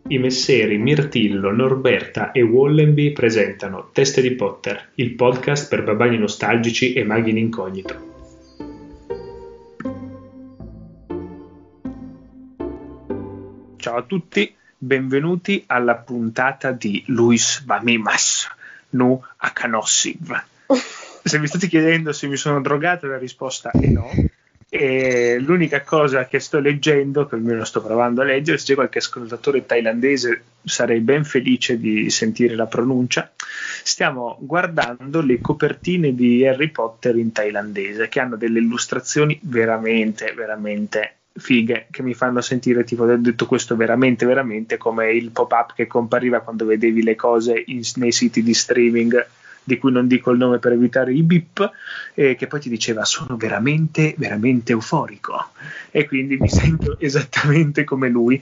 I messeri Mirtillo, Norberta e Wallenby presentano Teste di Potter, il podcast per babani nostalgici e maghi in incognito. Ciao a tutti, benvenuti alla puntata di Luis Vamimas, nu Akanossiv. Se vi state chiedendo se mi sono drogato, la risposta è no. E l'unica cosa che sto leggendo, che almeno sto provando a leggere, se c'è qualche ascoltatore thailandese sarei ben felice di sentire la pronuncia, stiamo guardando le copertine di Harry Potter in thailandese, che hanno delle illustrazioni veramente fighe, che mi fanno sentire, tipo, ho detto questo veramente come il pop-up che compariva quando vedevi le cose nei siti di streaming, di cui non dico il nome per evitare i beep, che poi ti diceva sono veramente euforico, e quindi mi sento esattamente come lui.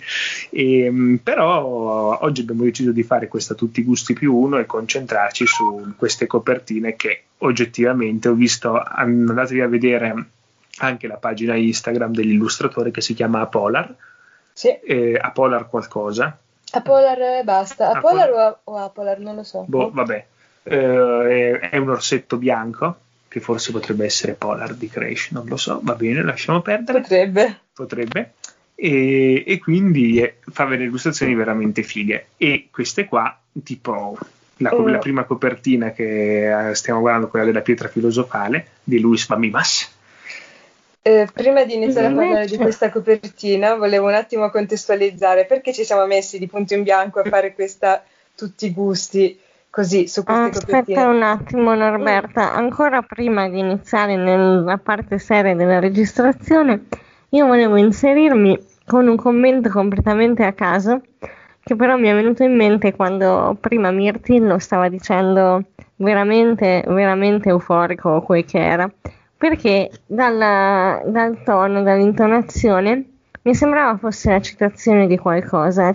Però oggi abbiamo deciso di fare questa tutti gusti più uno e concentrarci su queste copertine che oggettivamente ho visto. Andatevi a vedere anche la pagina Instagram dell'illustratore, che si chiama Apolar. Sì. Apolar qualcosa. Apolar basta. Apolar o Apolar, non lo so. Vabbè. È un orsetto bianco che forse potrebbe essere Polar di Crash, non lo so, va bene, lasciamo perdere. Potrebbe. E quindi fa vedere illustrazioni veramente fighe, e queste qua, tipo la prima copertina che stiamo guardando, quella della pietra filosofale di Luis Vamimas. Prima di iniziare a parlare di questa copertina volevo un attimo contestualizzare perché ci siamo messi di punto in bianco a fare questa tutti i gusti così su queste copertine. Aspetta un attimo, Norberta, ancora prima di iniziare nella parte seria della registrazione, io volevo inserirmi con un commento completamente a caso, che però mi è venuto in mente quando prima Mirtillo stava dicendo veramente euforico quel che era, perché dal tono, dall'intonazione mi sembrava fosse la citazione di qualcosa,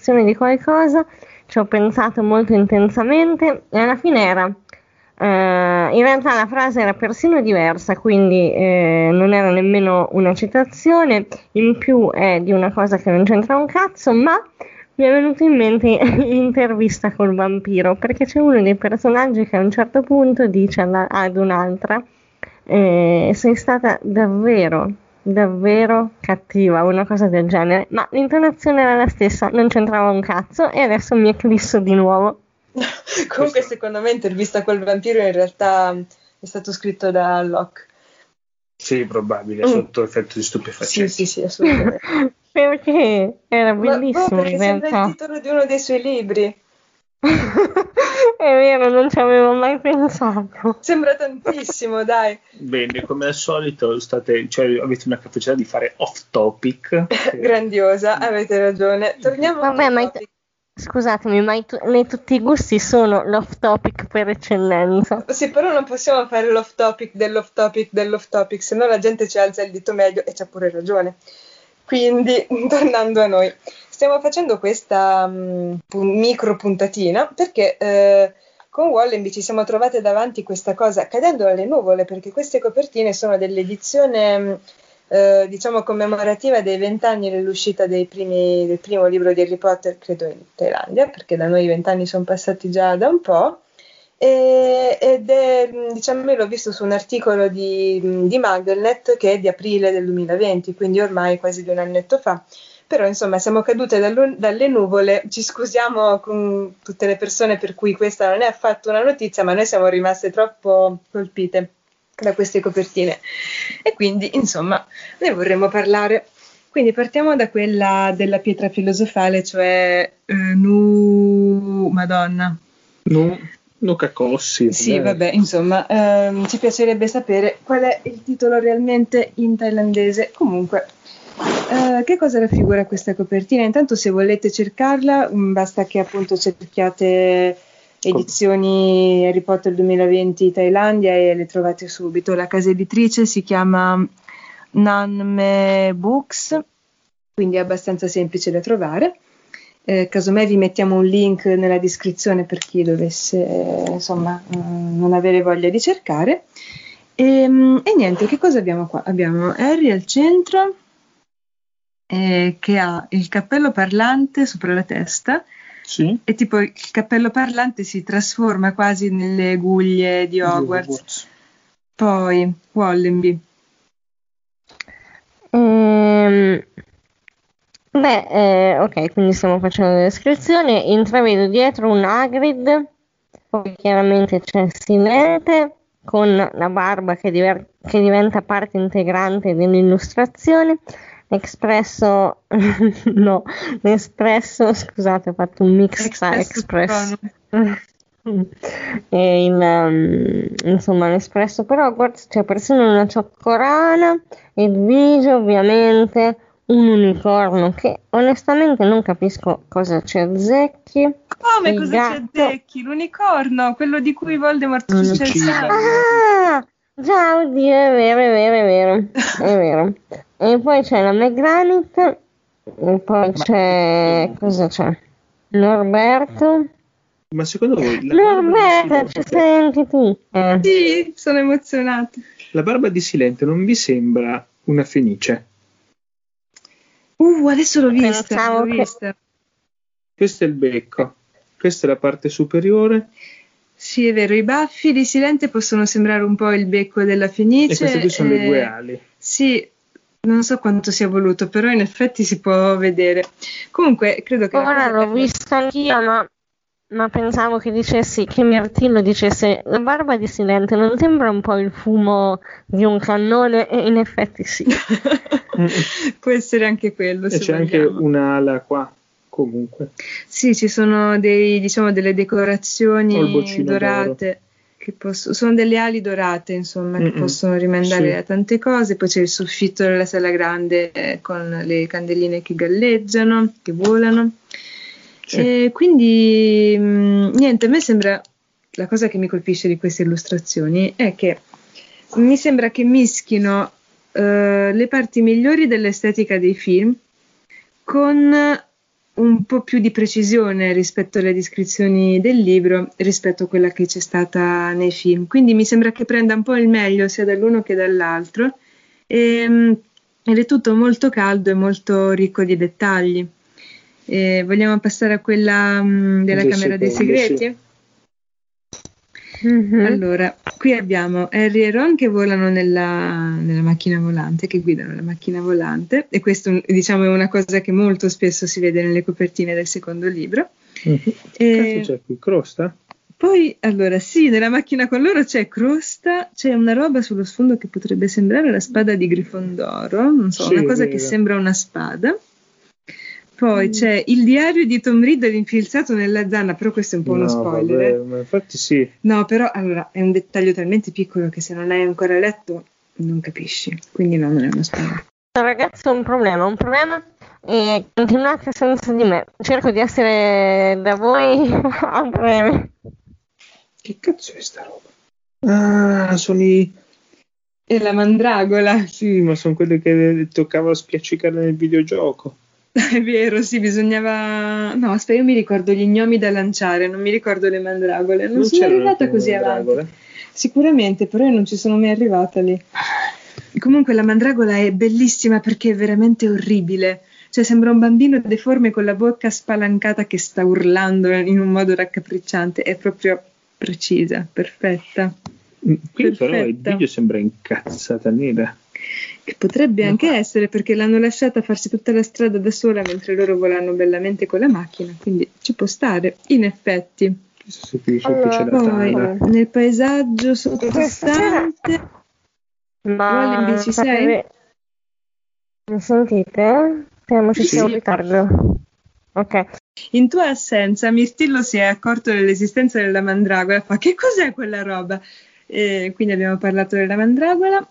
ci ho pensato molto intensamente e alla fine era, in realtà la frase era persino diversa, quindi non era nemmeno una citazione, in più è di una cosa che non c'entra un cazzo, ma mi è venuto in mente l'intervista col vampiro, perché c'è uno dei personaggi che a un certo punto dice ad un'altra: sei stata davvero cattiva, una cosa del genere, ma l'intonazione era la stessa, non c'entrava un cazzo, e adesso mi eclisso di nuovo. Comunque secondo me intervista col vampiro in realtà è stato scritto da Locke. Sì, probabile, sotto effetto di stupefacenti. Sì, assolutamente. Perché era bellissimo, perché sembra il titolo di uno dei suoi libri. È vero, non ci avevo mai pensato. Sembra tantissimo, dai. Bene, come al solito avete una capacità di fare off topic. Grandiosa, avete ragione. Torniamo a topic. Scusatemi, ma tutti i gusti sono l'off topic per eccellenza. Sì, però non possiamo fare l'off topic, se no la gente ci alza il dito medio, e c'ha pure ragione. Quindi, tornando a noi, stiamo facendo questa micro puntatina perché con Wallenby ci siamo trovate davanti questa cosa cadendo dalle nuvole, perché queste copertine sono dell'edizione diciamo commemorativa dei 20 anni dell'uscita del primo libro di Harry Potter, credo in Thailandia, perché da noi i 20 anni sono passati già da un po', ed è, diciamo, io l'ho visto su un articolo di Magnet che è di aprile del 2020, quindi ormai quasi di un annetto fa. Però insomma siamo cadute dalle nuvole, ci scusiamo con tutte le persone per cui questa non è affatto una notizia, ma noi siamo rimaste troppo colpite da queste copertine e quindi insomma ne vorremmo parlare. Quindi partiamo da quella della pietra filosofale, cioè Madonna. Luca Cossi. Sì, vabbè, insomma, ci piacerebbe sapere qual è il titolo realmente in thailandese. Comunque, che cosa raffigura questa copertina? Intanto, se volete cercarla, basta che appunto cerchiate edizioni Harry Potter 2020 Thailandia e le trovate subito. La casa editrice si chiama Nanme Books, quindi è abbastanza semplice da trovare. Casomai vi mettiamo un link nella descrizione per chi dovesse insomma non avere voglia di cercare. E niente, che cosa abbiamo qua? Abbiamo Harry al centro che ha il cappello parlante sopra la testa. Sì. E tipo il cappello parlante si trasforma quasi nelle guglie di Hogwarts. Poi Wallenby. Ok, quindi stiamo facendo la descrizione. Intravedo dietro un Hagrid, poi chiaramente c'è Silente con la barba che diventa parte integrante dell'illustrazione. L'espresso, scusate, ho fatto un mix tra Express e insomma l'espresso per Hogwarts. C'è persino una cioccorana, Edvige ovviamente, un unicorno che onestamente non capisco cosa ci azzecchi. Come cosa ci azzecchi? L'unicorno, quello di cui Voldemort succe il sangue. Ah, già, oddio, è vero. E poi c'è la McGranit, e poi c'è... cosa c'è? Norberto. Ma secondo voi Norberto, ci sei anche tu? Sì, sono emozionata. La barba di Silente non vi sembra una fenice? Adesso l'ho vista. Questo è il becco, questa è la parte superiore. Sì, è vero, i baffi di Silente possono sembrare un po' il becco della fenice. E queste qui sono le due ali. Sì, non so quanto sia voluto, però in effetti si può vedere. Comunque, credo che... Ora l'ho vista anch'io, ma pensavo che dicessi, che Mirtillo dicesse, la barba di Silente non sembra un po' il fumo di un cannone? E in effetti sì. Può essere anche quello. E c'è anche un'ala qua, comunque. Sì, ci sono delle decorazioni dorate, che sono delle ali dorate, insomma, che possono rimandare a tante cose. Poi c'è il soffitto della sala grande con le candeline che galleggiano, che volano. E quindi niente, a me sembra, la cosa che mi colpisce di queste illustrazioni è che mi sembra che mischino le parti migliori dell'estetica dei film con un po' più di precisione rispetto alle descrizioni del libro, rispetto a quella che c'è stata nei film. Quindi mi sembra che prenda un po' il meglio sia dall'uno che dall'altro, ed è tutto molto caldo e molto ricco di dettagli. Vogliamo passare a quella della Camera dei Segreti? Sì. Allora, qui abbiamo Harry e Ron che volano nella macchina volante, che guidano la macchina volante, e questo diciamo è una cosa che molto spesso si vede nelle copertine del secondo libro. Cazzo c'è qui? Crosta? Poi, allora, sì, nella macchina con loro c'è Crosta, c'è una roba sullo sfondo che potrebbe sembrare la spada di Grifondoro, non so, una cosa che sembra una spada. Poi c'è il diario di Tom Riddle infilzato nella zanna, però questo è un po' uno spoiler. Vabbè, ma infatti sì. No, però allora è un dettaglio talmente piccolo che se non l'hai ancora letto non capisci, quindi no, non è uno spoiler. Ragazzi, un problema e continuate senza di me. Cerco di essere da voi a breve. Che cazzo è sta roba? Ah, sono i... È la mandragola. Sì, ma sono quelle che toccava spiaccicare nel videogioco. È vero, sì, bisognava... No, aspetta, io mi ricordo gli gnomi da lanciare, non mi ricordo le mandragole. Non sono arrivata così avanti. Sicuramente, però io non ci sono mai arrivata lì. Comunque la mandragola è bellissima perché è veramente orribile. Cioè sembra un bambino deforme con la bocca spalancata che sta urlando in un modo raccapricciante. È proprio precisa, perfetta. Qui però il video sembra incazzata nera. Che potrebbe anche essere, perché l'hanno lasciata farsi tutta la strada da sola mentre loro volano bellamente con la macchina, quindi ci può stare, in effetti. Poi nel paesaggio sottostante ma ci sei? Mi sentite? Speriamo ci sia un ritardo. Ok. In tua assenza Mirtillo si è accorto dell'esistenza della mandragola, fa che cos'è quella roba? Quindi abbiamo parlato della mandragola.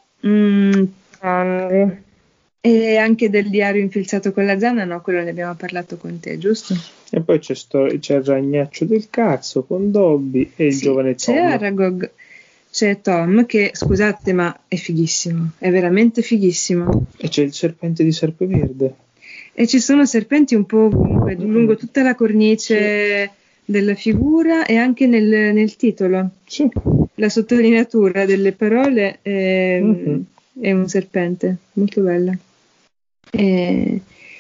E anche del diario infilzato con la zanna, no, quello ne abbiamo parlato con te, giusto? E poi c'è il ragnaccio del cazzo con Dobby e il giovane Tom. C'è Aragog, c'è Tom che, scusate, ma è fighissimo, è veramente fighissimo. E c'è il serpente di Serpeverde. E ci sono serpenti un po' ovunque, lungo tutta la cornice della figura e anche nel titolo. Sì. La sottolineatura delle parole è un serpente, molto bella.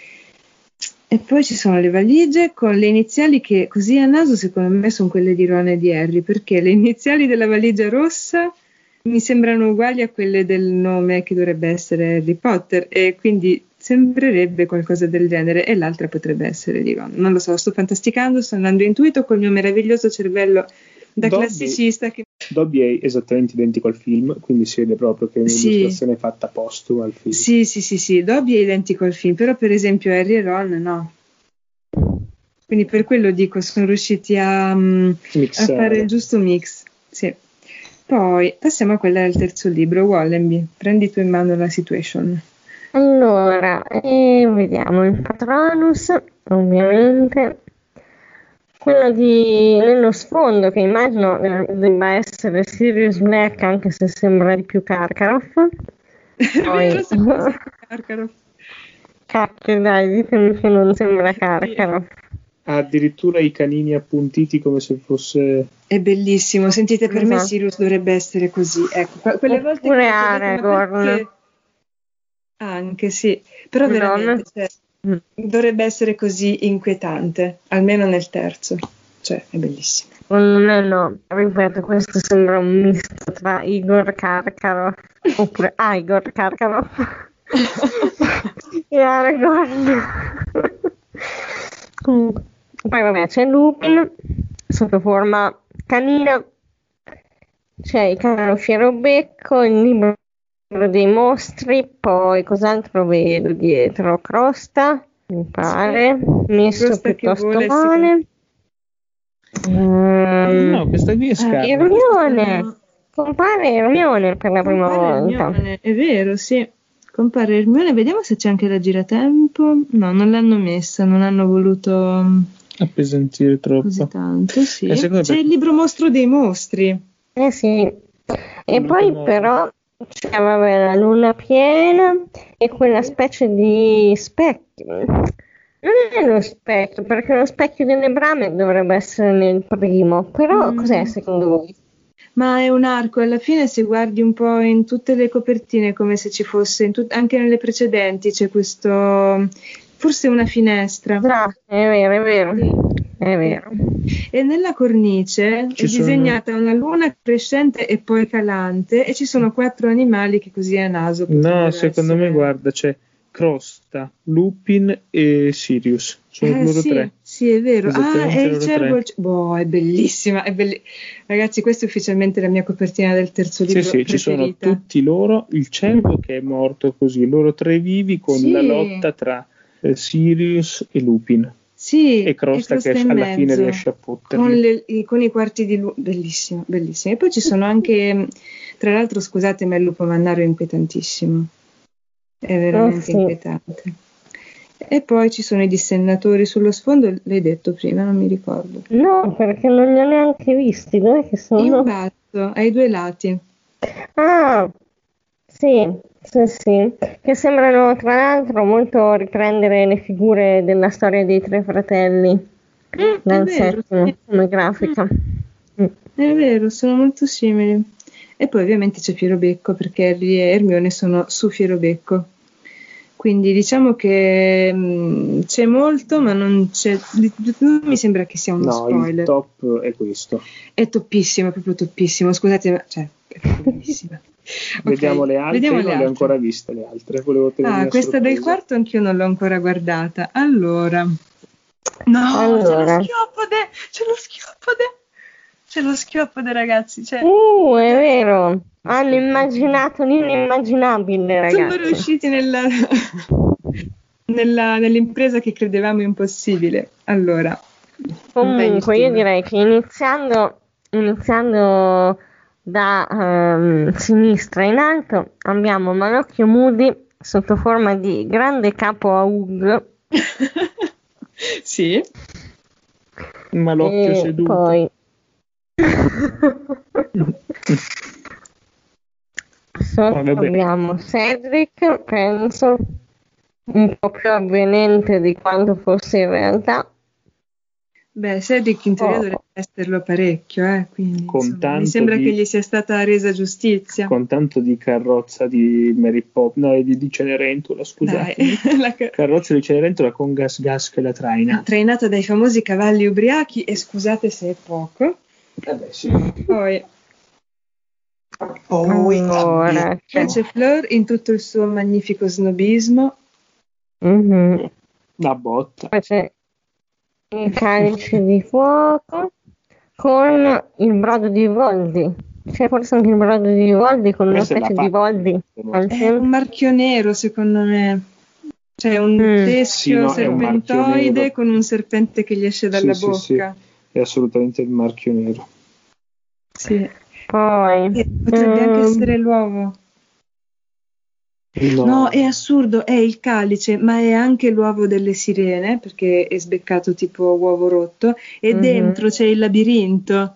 E poi ci sono le valigie con le iniziali che così a naso secondo me sono quelle di Ron e di Harry, perché le iniziali della valigia rossa mi sembrano uguali a quelle del nome che dovrebbe essere Harry Potter e quindi sembrerebbe qualcosa del genere e l'altra potrebbe essere di Ron. Non lo so, sto fantasticando, sto andando intuito col mio meraviglioso cervello da classicista. Dobby è esattamente identico al film, quindi si vede proprio che è un'illustrazione fatta postuma al film. Sì, Dobby è identico al film, però per esempio Harry e Ron no. Quindi per quello dico, sono riusciti a fare il giusto mix. Sì. Poi passiamo a quella del terzo libro, Wallenby, prendi tu in mano la situation. Allora, vediamo il Patronus, ovviamente. Quello nello sfondo, che immagino debba essere Sirius Black, anche se sembra di più Karkaroff. Poi... Karkaroff. Cacchio, dai, ditemi che non sembra Karkaroff. Ha addirittura i canini appuntiti come se fosse... È bellissimo, sentite, per me Sirius dovrebbe essere così. Ecco, quelle volte che Aragorn. Anche sì, però veramente dovrebbe essere così inquietante, almeno nel terzo, cioè è bellissimo. Secondo me no, ripeto, questo sembra un misto tra Igor Karkaroff oppure Igor Karkaroff e Aragorn. Poi vabbè, c'è Lupin sotto forma canina, c'è il caro Fierobecco, il libro dei mostri, poi cos'altro vedo dietro? Crosta, mi pare, messo piuttosto male. No, questa qui è Scarlet. Hermione, compare Hermione per la prima volta. Hermione, è vero, sì. Compare Hermione, vediamo se c'è anche la giratempo. No, non l'hanno messa, non hanno voluto appesantire troppo. Così tanto, sì. C'è il libro mostro dei mostri. Sì. E poi però c'è la luna piena e quella specie di specchio. Non è lo specchio, perché lo specchio delle brame dovrebbe essere nel primo, però cos'è secondo voi? Ma è un arco, alla fine se guardi un po' in tutte le copertine come se ci fosse, anche nelle precedenti c'è questo, forse una finestra. È vero. Sì. È vero. E nella cornice è disegnata una luna crescente e poi calante e ci sono 4 animali che così a naso. No, secondo me guarda, c'è Crosta, Lupin e Sirius. Sono loro 3. Sì, è vero. È il cervo. È bellissima. Ragazzi, questa è ufficialmente la mia copertina del terzo libro. Sì, ci sono tutti loro. Il cervo che è morto così, loro 3 vivi con la lotta tra Sirius e Lupin. Sì, e Crosta che alla fine riesce a potterli. Con i quarti di lupo. Bellissimo. E poi ci sono anche, tra l'altro, scusate, ma il lupo mannaro è inquietantissimo. È veramente inquietante. E poi ci sono i dissennatori sullo sfondo, l'hai detto prima, non mi ricordo. No, perché non li ho neanche visti, dove che sono? In basso, ai 2 lati. Ah, sì, che sembrano tra l'altro molto riprendere le figure della storia dei 3 fratelli dal settimo come grafica. È vero, sono molto simili. E poi ovviamente c'è Fierobecco, perché Harry e Hermione sono su Fierobecco. Quindi diciamo che c'è molto, ma non mi sembra che sia uno spoiler. Il top è questo. È toppissimo, è proprio toppissimo. Scusate, ma è bellissima. Vediamo le altre, non le ho ancora viste le altre. Questa del quarto anch'io non l'ho ancora guardata. Allora. C'è lo schiopode, ragazzi. È vero. Hanno immaginato l'inimmaginabile, ragazzi. Sono riusciti nell'impresa che credevamo impossibile. Allora. Comunque, io direi che iniziando da sinistra in alto abbiamo Malocchio Moody sotto forma di grande capo a Hugh. Sì. Malocchio seduto. Poi sotto abbiamo Cedric, penso un po' più avvenente di quanto fosse in realtà. Beh, Cedric in teoria dovrebbe esserlo parecchio, quindi Con insomma, mi tanto sembra di- che gli sia stata resa giustizia. Con tanto di carrozza di Mary Poppins, no, di Cenerentola, scusate. Dai, Carrozza di Cenerentola con Gas Gas che la traina. trainata dai famosi cavalli ubriachi, e scusate se è poco. Vabbè, sì. Poi Allora, c'è Fleur in tutto il suo magnifico snobismo. mhm. La botta. Poi c'è il calice di fuoco con il brodo di Voldi. C'è forse anche il brodo di Voldi con una Questa è la specie di Voldi al È centro. un marchio nero, secondo me. C'è un teschio Sì, no, è un marchio serpentoide nero. con un serpente che gli esce dalla Sì, sì, bocca. è assolutamente il marchio nero. Sì. Poi Potrebbe anche essere l'uovo. No, è assurdo, è il calice, ma è anche l'uovo delle sirene, perché è sbeccato tipo uovo rotto, e dentro c'è il labirinto.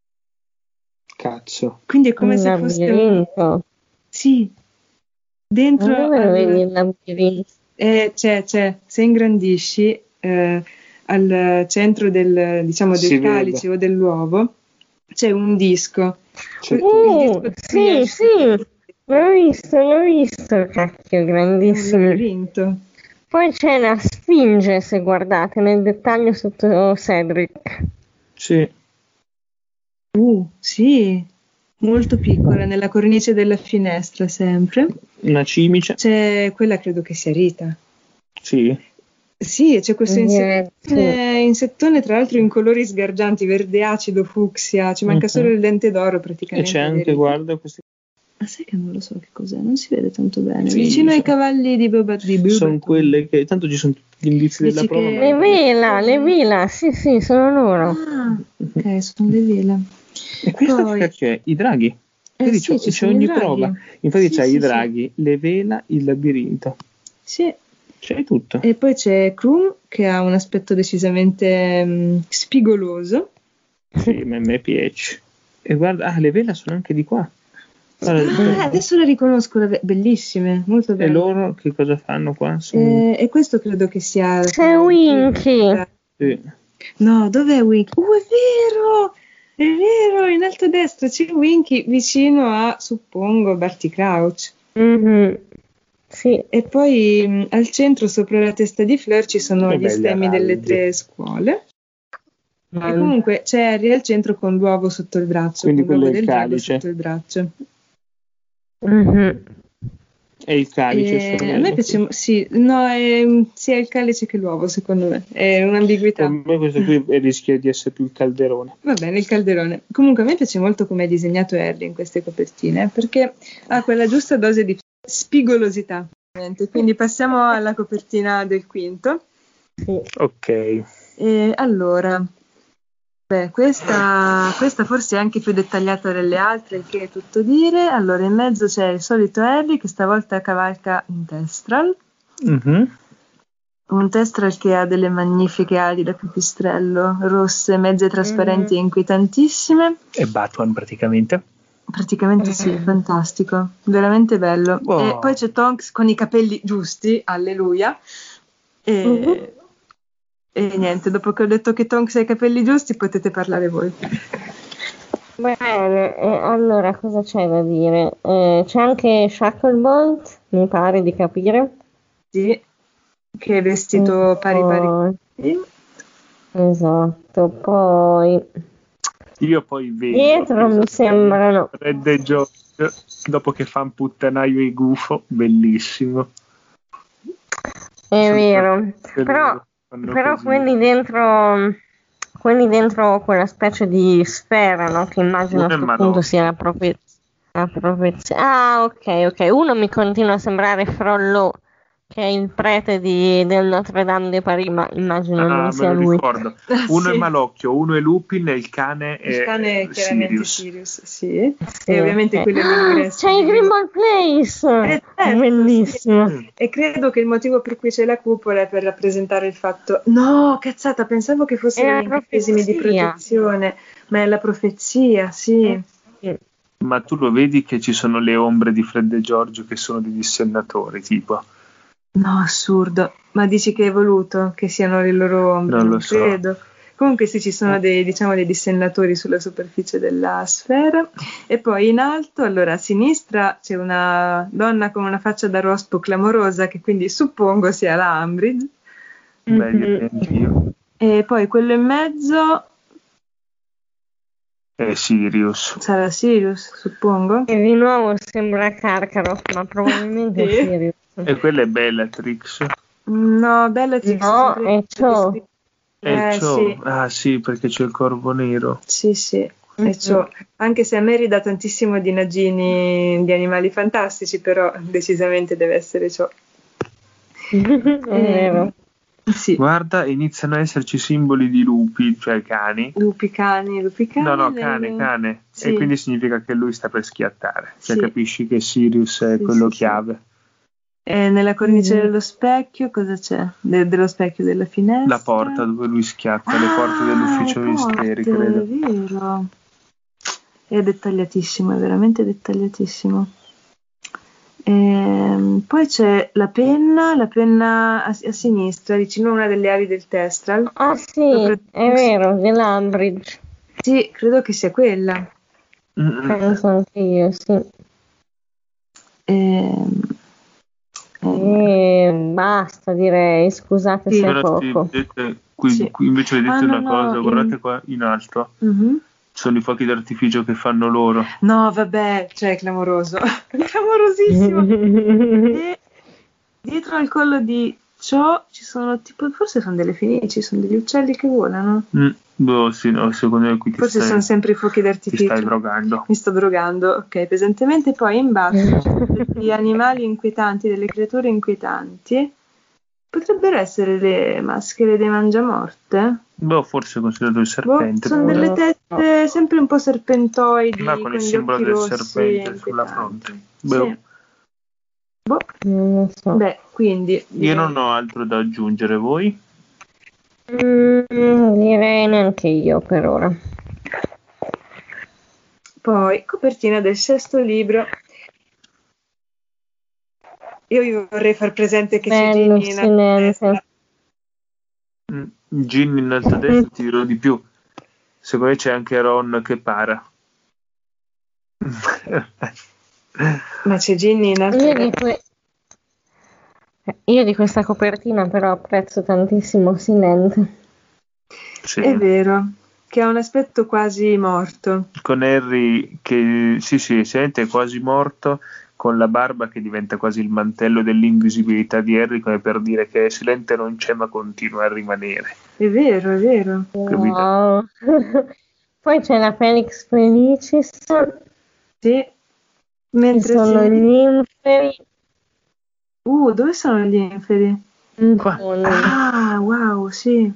Cazzo. Quindi è come un se fosse labirinto. Sì, dentro Dove lo vedi il labirinto? c'è, se ingrandisci al centro del, diciamo, del Si calice vede. o dell'uovo c'è un disco. C'è Il disco Sì, sì, l'ho visto, cacchio, è un grandissimo. labirinto. Poi c'è la Sfinge, se guardate nel dettaglio sotto Cedric. Sì. Sì, molto piccola, nella cornice della finestra sempre. Una cimice. C'è quella, credo che sia Rita. Sì. Sì, c'è questo Sì. insettone, tra l'altro in colori sgargianti, verde acido, fucsia, ci manca solo il dente d'oro E praticamente. c'è anche, guarda, questi Ma sai che non lo so che cos'è, non si vede tanto bene. Sì, Vicino ai sono- cavalli di Boba. sono quelle che tanto ci sono tutti gli indizi Dici della prova. che- Le vela, sì, sono loro. Ah, ok, sono le vele. E questa Poi- perché? I draghi. Vedi, sì, ci c'è sono i ogni draghi. prova. Infatti Sì, c'hai sì, i draghi, le vela, il labirinto. Sì. C'hai tutto. E poi c'è Krum che ha un aspetto decisamente spigoloso. Sì, a me piace. E guarda, le vela sono anche di qua. Guarda, Adesso le riconosco, bellissime, molto e belle. loro che cosa fanno qua? Sono- E questo credo che sia... C'è Winky. Sì. No, dov'è Winky? È vero, in alto a destra c'è Winky vicino a, suppongo, Barty Crouch. Mhm. Sì. E poi al centro, sopra la testa di Fleur, ci sono Che gli belli stemmi delle araldi. 3 scuole. E comunque c'è Harry al centro con l'uovo sotto il braccio, Quindi con l'uovo quello è il del drago calice. sotto il braccio. Mhm. E il calice. solo A me quello. piace, sì, no, è sia il calice che l'uovo, secondo me. È un'ambiguità. Per me questo qui rischia di essere più il calderone. Va bene, il calderone. Comunque a me piace molto come è disegnato Harry in queste copertine, perché ha quella giusta dose di spigolosità. Quindi passiamo alla copertina del quinto. Sì. Ok. E allora, questa forse è anche più dettagliata delle altre, il che è tutto dire. Allora, in mezzo c'è il solito Harry che stavolta cavalca un Testral. Mhm. Un Testral che ha delle magnifiche ali da pipistrello, rosse, mezze trasparenti e inquietantissime. E Batman praticamente. Praticamente sì, fantastico, veramente bello. Oh. E poi c'è Tonks con i capelli giusti, alleluia. E niente, dopo che ho detto che Tonks ha i capelli giusti, potete parlare voi. Bene, allora cosa c'è da dire? C'è anche Shacklebolt, mi pare di capire. Sì, che è vestito pari. Esatto, poi Io poi vedo dietro mi sembrano Fred e George dopo che fan puttanaio e gufo, bellissimo. è vero, È però così. quelli dentro quella specie di sfera, no? Che immagino a Uno è questo punto sia la profezia. Ah, ok. Uno mi continua a sembrare Frollo, che è il prete del Notre Dame de Paris, ma immagino non me sia lo lui. ricordo. Uno è Sì. Malocchio, uno è Lupin e il cane Il cane è chiaramente Sirius. sì. Sì, E ovviamente ok. quello è l'ingresso. C'è il Grimmauld Place! Bellissimo. Sì. E credo che il motivo per cui c'è la cupola è per rappresentare il fatto... No, cazzata, pensavo che fossero È gli la incantesimi di profezia. protezione, ma è la profezia, sì. Ma tu lo vedi che ci sono le ombre di Fred e George che sono dei dissennatori, tipo? No, assurdo. Ma dici che è voluto che siano le loro ombre? Non lo Non so. credo. Comunque sì, ci sono dei dissennatori sulla superficie della sfera. E poi in alto, allora a sinistra c'è una donna con una faccia da rospo clamorosa, che quindi suppongo sia la Umbridge. Beh, direi anch'io. E poi quello in mezzo È Sirius. sarà Sirius, suppongo. E di nuovo sembra Karkaroff, ma probabilmente è Sì. Sirius. E quella è Bellatrix. No, Bellatrix No, sempre è Cho. E Cho. sì. Ah sì, perché c'è il corvo nero. Sì, e Cho. Anche se a me ridà tantissimo di Nagini di Animali Fantastici, però decisamente deve essere Cho. È vero. Sì, Guarda, iniziano ad esserci simboli di lupi, cioè cani. lupi cani. No, cane. Sì. E quindi significa che lui sta per schiattare. Cioè Sì. capisci che Sirius è quello Sì. chiave. E nella cornice dello specchio cosa c'è? Dello specchio della finestra? La porta dove lui schiatta, le porte dell'ufficio le porte, misteri, credo. È vero. È dettagliatissimo, è veramente dettagliatissimo. Poi c'è la penna a sinistra, vicino a una delle ali del Testral. Ah sì, è vero, dell'Umbridge. Sì, credo che sia quella. Penso anche io, sì. Basta, direi, scusate se è poco. Qui invece vedete una cosa, guardate qua in alto. Sono i fuochi d'artificio che fanno loro. No, vabbè, cioè clamoroso. Clamorosissimo. E dietro al collo di Cho ci sono tipo, forse sono delle fenici, sono degli uccelli che volano. Sì, no, secondo me qui forse sono sempre i fuochi d'artificio. Ti stai drogando. Mi sto drogando, ok, pesantemente. Poi in basso degli animali inquietanti, delle creature inquietanti. Potrebbero essere le maschere dei mangiamorte? Forse considerato il serpente. Sono delle teste sempre un po' serpentoidi, con il simbolo del serpente sulla fronte. Sì. Non lo so. Beh, quindi io non ho altro da aggiungere, voi? Direi neanche io per ora. Poi copertina del 6° libro. Io vi vorrei far presente che c'è Ginny in alto a destra. Ginny in alto a destra, ti dirò di più. Secondo me c'è anche Ron che para. Ma c'è Ginny in alto a destra. Io di questa copertina però apprezzo tantissimo Silente. Sì. È vero, che ha un aspetto quasi morto. Con Harry che Silente è quasi morto, con la barba che diventa quasi il mantello dell'invisibilità di Harry, come per dire che Silente non c'è ma continua a rimanere. È vero, è vero. Wow. Poi c'è la Felix Felicis. Sì. Mentre ci sono gli inferi. Dove sono gli inferi? Qua. Ah, wow, sì.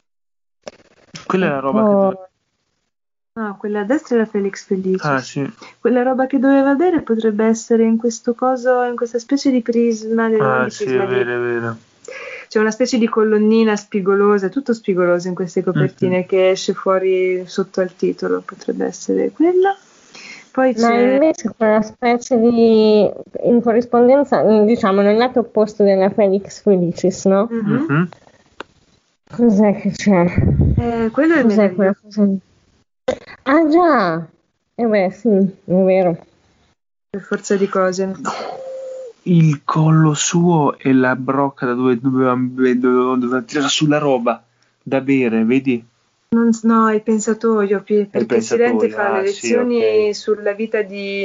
Quella è la roba che No, quella a destra è la Felix Felicis. Ah, sì. Quella roba che doveva avere potrebbe essere in questo coso, in questa specie di prisma. Sì, è vero. C'è una specie di colonnina spigolosa, è tutto spigoloso in queste copertine che esce fuori sotto al titolo, potrebbe essere quella. Poi Ma invece quella specie di in corrispondenza, diciamo, nel lato opposto della Felix Felicis, no? Mm-hmm. Cos'è che c'è? Quello è Cos'è quella cosa? Ah già! Beh sì, è vero. Per forza di cose. Il collo suo e la brocca da dove doveva tirare sulla roba da bere, vedi? No, il pensatoio, perché Silente fa le lezioni sulla vita di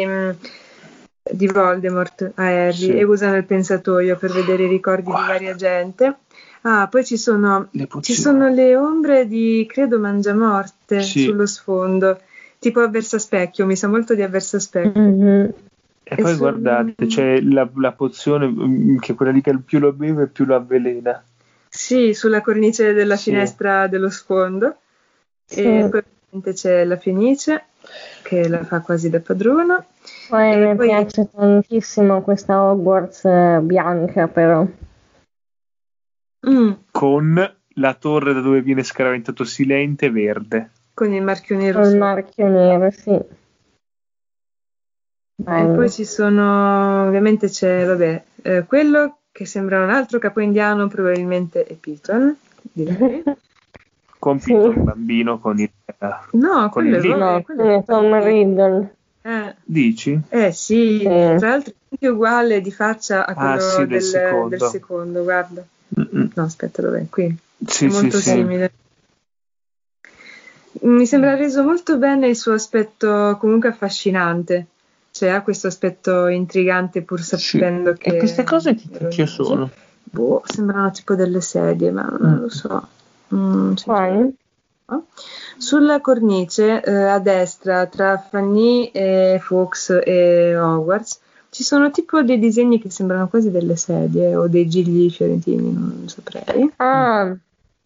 Voldemort a Harry e usano il pensatoio per vedere i ricordi di varia gente. Poi ci sono le ombre di, credo, Mangiamorte sullo sfondo, tipo Avversaspecchio, mi sa molto di Avversaspecchio. Mm-hmm. E poi guardate, c'è la pozione che quella lì che più lo beve più lo avvelena. Sì, sulla cornice della finestra dello sfondo. Sì. E poi c'è la Fenice che la fa quasi da padrona. Poi mi piace tantissimo questa Hogwarts bianca però. Con la torre da dove viene scaraventato Silente verde. Con il marchio nero. Con il marchio nero, sì. E poi ci sono, ovviamente c'è, quello che sembra un altro capo indiano, probabilmente è Piton, direi. compito Sì. il bambino con il No, con quello il è libro. No, quello è Tom Riddle. Dici? Sì, tra l'altro è anche uguale di faccia a quello sì, del del secondo. secondo, guarda. Mm-mm. No, aspetta, dov'è? Qui. Sì, È molto sì. simile. Mi sembra reso molto bene il suo aspetto comunque affascinante. Cioè ha questo aspetto intrigante pur sapendo che... E queste cose che sono? Boh, sembrano tipo delle sedie, ma non lo so. Quali? No? Sulla cornice a destra tra Fanny e Fox e Hogwarts ci sono tipo dei disegni che sembrano quasi delle sedie o dei gigli fiorentini, non saprei. Ah,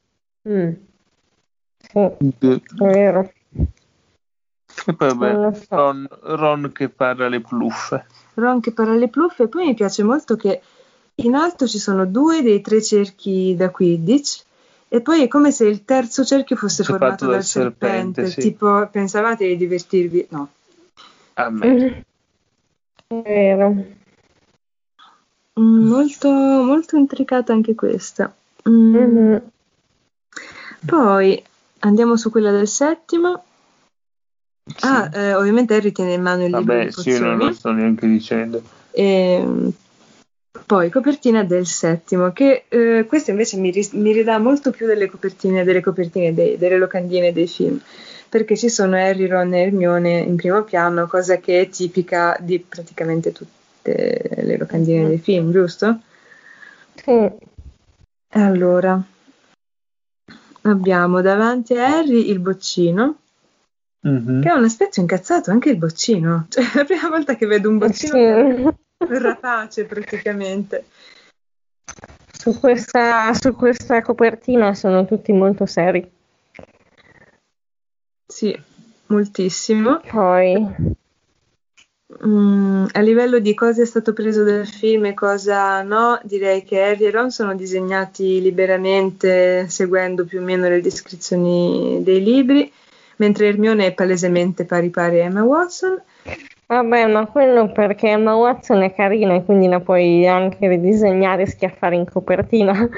sì, è vero. E poi vabbè, Non lo so. Ron che parla alle pluffe. Ron che parla alle pluffe, e poi mi piace molto che in alto ci sono 2 dei 3 cerchi da Quidditch e poi è come se il terzo cerchio fosse formato dal serpente. sì. Tipo, pensavate di divertirvi? No. A me. È vero. Molto, molto intricata anche questa. Mhm. Poi andiamo su quella del settimo. Sì. Ovviamente Harry tiene in mano il libro di Vabbè, sì, io non lo sto neanche dicendo. Poi copertina del settimo, che questo invece mi ridà molto più delle copertine delle locandine dei film, perché ci sono Harry, Ron e Hermione in primo piano, cosa che è tipica di praticamente tutte le locandine dei film, giusto? Sì. Allora, abbiamo davanti a Harry il boccino, che ha un aspetto incazzato, anche il boccino. Cioè, è la prima volta che vedo un boccino che è rapace praticamente. Su questa copertina sono tutti molto seri. Sì, moltissimo. Poi A livello di cosa è stato preso dal film e cosa no, direi che Harry e Ron sono disegnati liberamente seguendo più o meno le descrizioni dei libri, mentre Hermione è palesemente pari pari a Emma Watson. vabbè, ma quello perché Emma Watson è carina e quindi la puoi anche ridisegnare e schiaffare in copertina.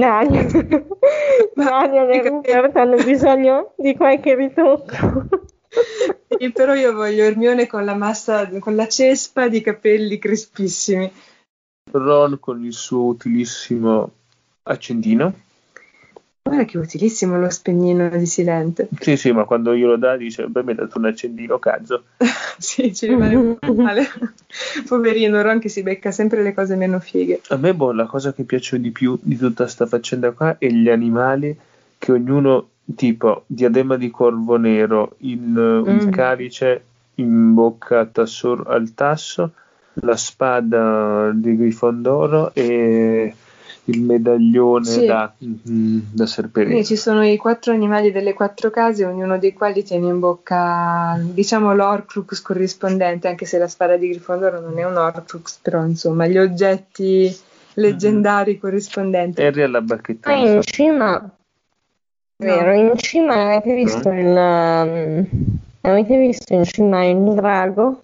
Daniel e Rupert hanno bisogno di qualche ritocco. Sì, però io voglio Hermione con la cespa di capelli crespissimi. Ron con il suo utilissimo accendino. Guarda che utilissimo lo spegnino di Silente. Sì, ma quando glielo dà dice, beh, mi hai dato un accendino, cazzo. Sì, ci rimane male. Poverino Ron che si becca sempre le cose meno fighe. A me, la cosa che piace di più di tutta sta faccenda qua è gli animali che ognuno, tipo, diadema di corvo nero, il calice in bocca al tasso, la spada di Grifondoro e il medaglione da Serpeverde. Quindi ci sono i 4 animali delle 4 case, ognuno dei quali tiene in bocca, diciamo, l'Orcrux corrispondente, anche se la spada di Grifondoro non è un Horcrux, però insomma, gli oggetti leggendari corrispondenti. Harry alla bacchetta. Poi in cima, vero, in cima avete visto avete visto in cima il drago?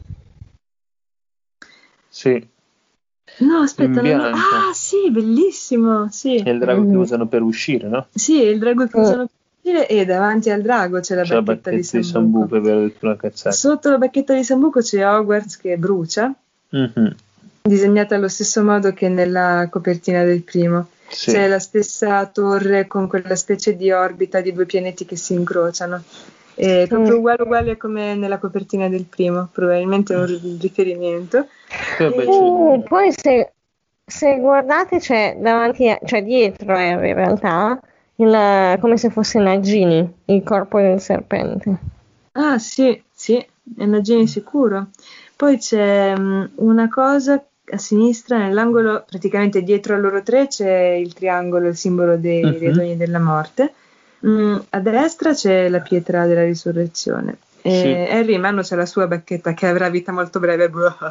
Sì. No, aspetta, in bianco. Ah, sì, bellissimo, sì. È il drago che usano per uscire, no? Sì, è il drago che usano per uscire e davanti al drago c'è la bacchetta di Sambuco. È vero, ho detto una cazzata. Sotto la bacchetta di Sambuco c'è Hogwarts che brucia, disegnata allo stesso modo che nella copertina del primo. Sì. C'è la stessa torre con quella specie di orbita di 2 pianeti che si incrociano. È proprio uguale come nella copertina del primo, probabilmente è un riferimento. Poi se guardate c'è davanti, cioè dietro in realtà, come se fosse Nagini, il corpo del serpente. Ah sì, è Nagini sicuro. Poi c'è una cosa a sinistra, nell'angolo, praticamente dietro a loro 3 c'è il triangolo, il simbolo dei redoni della morte. A destra c'è la pietra della risurrezione. E Harry in mano c'è la sua bacchetta che avrà vita molto breve.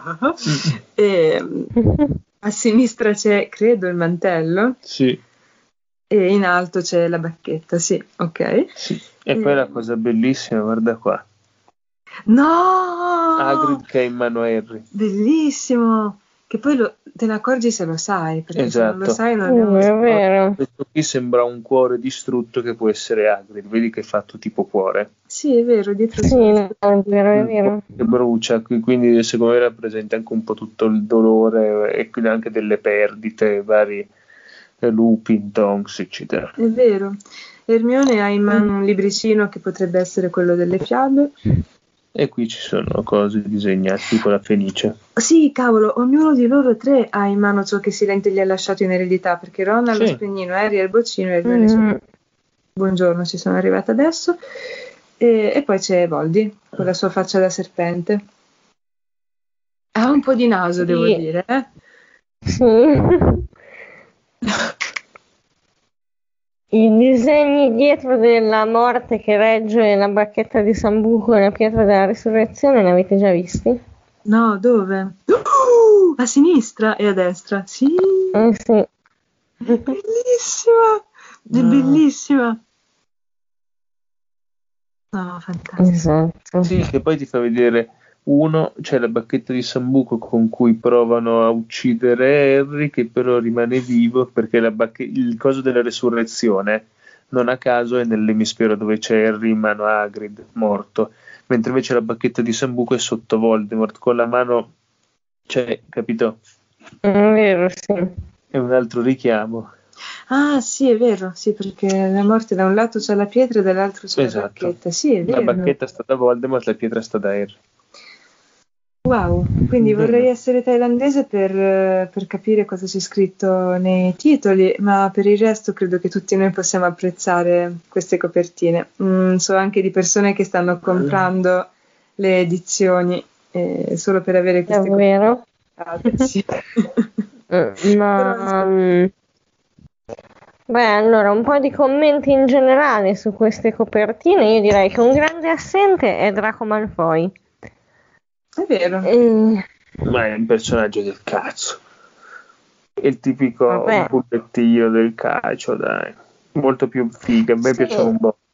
E a sinistra c'è, credo, il mantello. Sì. E in alto c'è la bacchetta, sì, ok. Sì. E poi la cosa bellissima, guarda qua. No! Hagrid che ha in mano Harry. Bellissimo! che poi te ne accorgi se lo sai, perché se non lo Esatto. sai non È vero. Questo qui sembra un cuore distrutto che può essere Hagrid, vedi che è fatto tipo cuore. Sì, è vero, dietro Sì, no, è vero, è Un vero. po' che brucia, quindi secondo me rappresenta anche un po' tutto il dolore e quindi anche delle perdite, vari Lupin, Tonks, eccetera. È vero. Hermione ha in mano un libricino che potrebbe essere quello delle fiabe. E qui ci sono cose disegnate, tipo la Fenice. Sì, cavolo, ognuno di loro tre ha in mano ciò che Silente gli ha lasciato in eredità, perché Ron ha lo Sì. spegnino, Harry ha il boccino e Hermione c'è. Buongiorno, ci sono arrivata adesso. E poi c'è Voldy, con la sua faccia da serpente. Ha un po' di naso, devo Sì. dire, Sì. I disegni dietro della morte che regge la bacchetta di Sambuco e la pietra della risurrezione li avete già visti? No, dove? A sinistra e a destra. Sì, Sì. è bellissima, è bellissima. No, fantastico. Esatto. Sì, che poi ti fa vedere c'è la bacchetta di Sambuco con cui provano a uccidere Harry, che però rimane vivo perché il coso della resurrezione non a caso è nell'emisfero dove c'è Harry in mano a Hagrid morto, mentre invece la bacchetta di Sambuco è sotto Voldemort con la mano, cioè, capito? È vero, sì. È un altro richiamo. Ah, sì, è vero, sì, perché la morte da un lato c'è la pietra e dall'altro c'è la bacchetta. Sì, è La vero. bacchetta sta da Voldemort, la pietra sta da Harry. Wow, quindi Bene. vorrei essere thailandese per capire cosa c'è scritto nei titoli, ma per il resto credo che tutti noi possiamo apprezzare queste copertine. So anche di persone che stanno comprando le edizioni solo per avere queste Davvero? copertine. Sì. Ma beh, allora un po' di commenti in generale su queste copertine. Io direi che un grande assente è Draco Malfoy. È vero. Ma è un personaggio del cazzo. È il tipico Vabbè. bullettino del calcio, dai. Molto più figa, a me Sì. piaceva un po'.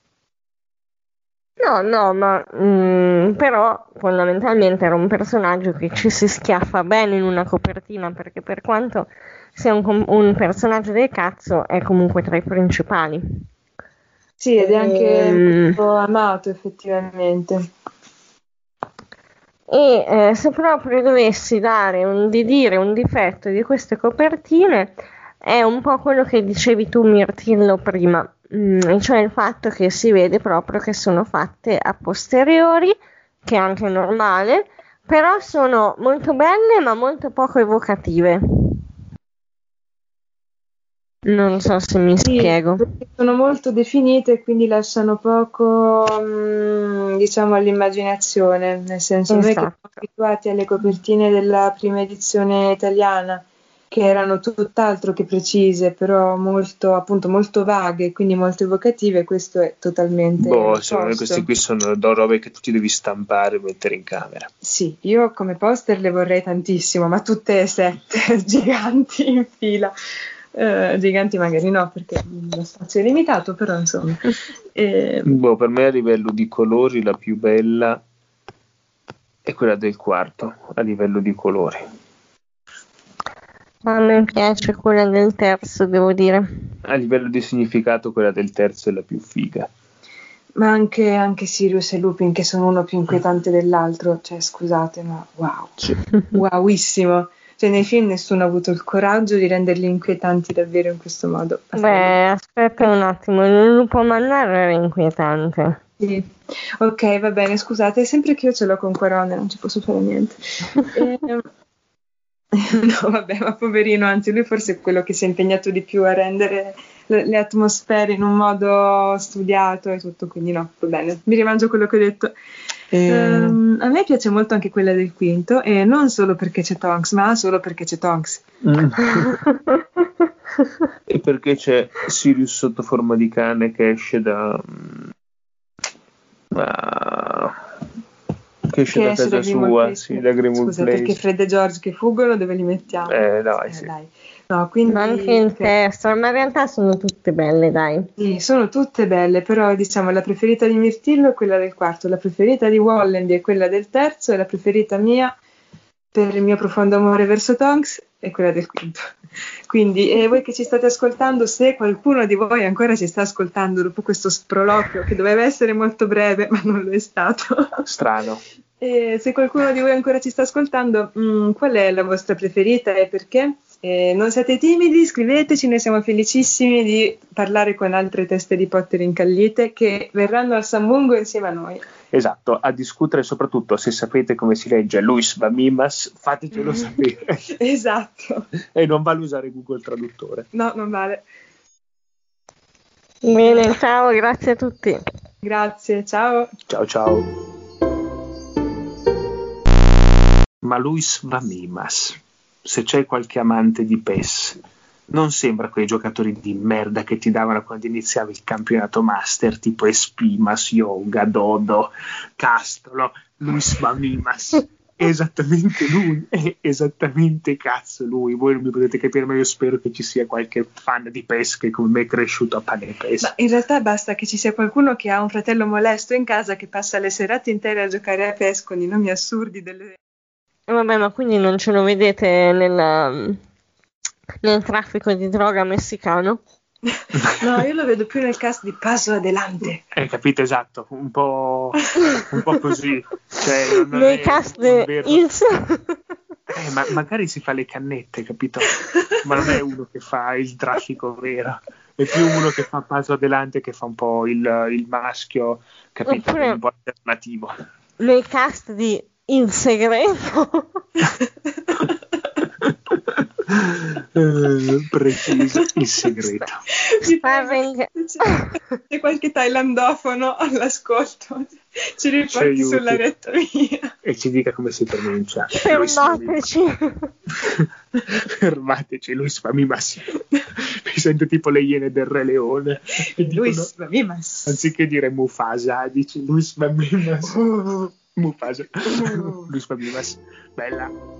No, ma però fondamentalmente era un personaggio che ci si schiaffa bene in una copertina, perché per quanto sia un personaggio del cazzo è comunque tra i principali. Sì, ed è anche molto amato effettivamente. E se proprio dovessi dire un difetto di queste copertine, è un po' quello che dicevi tu, Mirtillo, prima, cioè il fatto che si vede proprio che sono fatte a posteriori, che è anche normale, però sono molto belle ma molto poco evocative. Non so se mi spiego. Perché sono molto definite e quindi lasciano poco, diciamo, all'immaginazione, nel senso noi che siamo abituati alle copertine della prima edizione italiana, che erano tutt'altro che precise, però molto, appunto, molto vaghe, quindi molto evocative, questo è totalmente secondo me questi qui sono robe che tu ti devi stampare e mettere in camera. Sì, io come poster le vorrei tantissimo, ma tutte e 7 giganti in fila. Giganti magari no, perché lo spazio è limitato, però insomma. Per me a livello di colori la più bella è quella del quarto, a livello di colori. A me piace quella del terzo, devo dire. A livello di significato quella del terzo è la più figa. Ma anche Sirius e Lupin, che sono uno più inquietante dell'altro, cioè scusate, ma wow, sì. Wowissimo. Cioè nei film nessuno ha avuto il coraggio di renderli inquietanti davvero in questo modo. Beh, aspetta un attimo, il lupo mannaro era inquietante. Sì. Ok, va bene, scusate, è sempre che io ce l'ho con Quarone, non ci posso fare niente. No, vabbè, ma poverino, anzi lui forse è quello che si è impegnato di più a rendere le atmosfere in un modo studiato e tutto, quindi no, va bene, mi rimangio quello che ho detto. A me piace molto anche quella del quinto, e non solo perché c'è Tonks, ma solo perché c'è Tonks. E perché c'è Sirius sotto forma di cane che esce da casa sua, sì, da Grimmauld Scusa, Place. perché Fred e George che fuggono dove li mettiamo? Dai. No, quindi, ma anche il testo, ma in realtà sono tutte belle, dai. Sì, sono tutte belle, però diciamo la preferita di Mirtillo è quella del quarto, la preferita di Wallendy è quella del terzo e la preferita mia per il mio profondo amore verso Tonks e quella del quinto. Quindi voi che ci state ascoltando, se qualcuno di voi ancora ci sta ascoltando dopo questo sproloquio che doveva essere molto breve ma non lo è stato, strano, se qualcuno di voi ancora ci sta ascoltando, qual è la vostra preferita e perché? Non siate timidi, scriveteci, noi siamo felicissimi di parlare con altre teste di Potter incallite che verranno al San Mungo insieme a noi. Esatto, a discutere, soprattutto se sapete come si legge Luis Vamimas, fatecelo sapere. Esatto. E non vale usare Google Traduttore. No, non vale. Bene, ciao, grazie a tutti. Grazie, ciao. Ciao ciao. Ma Luis Vamimas, se c'è qualche amante di PES, non sembra quei giocatori di merda che ti davano quando iniziavi il campionato master, tipo Espimas, Yoga, Dodo, Castolo. Luis Vamimas, esattamente lui, è esattamente cazzo lui. Voi non mi potete capire, ma io spero che ci sia qualche fan di PES che come me è cresciuto a pane e PES. Ma in realtà basta che ci sia qualcuno che ha un fratello molesto in casa che passa le serate intere a giocare a PES con i nomi assurdi delle... Vabbè, ma quindi non ce lo vedete nel traffico di droga messicano? No, io lo vedo più nel cast di Paso Adelante. Capito, esatto, un po' così. Cioè, non Nel è cast vero. ma magari si fa le cannette, capito? Ma non è uno che fa il traffico vero. È più uno che fa Paso Adelante, che fa un po' il maschio, capito? Oppure un po' alternativo. nel cast di Il Segreto. Preciso, Il Segreto. C'è qualche thailandofono all'ascolto, ci riporti sulla retta via e ci dica come si pronuncia. Fermateci, Luis Vamimas. Mi sento tipo le iene del Re Leone. Luis Vamimas, anziché dire Mufasa dici Luis Vamimas. Mufasa. Luis Vamimas, bella.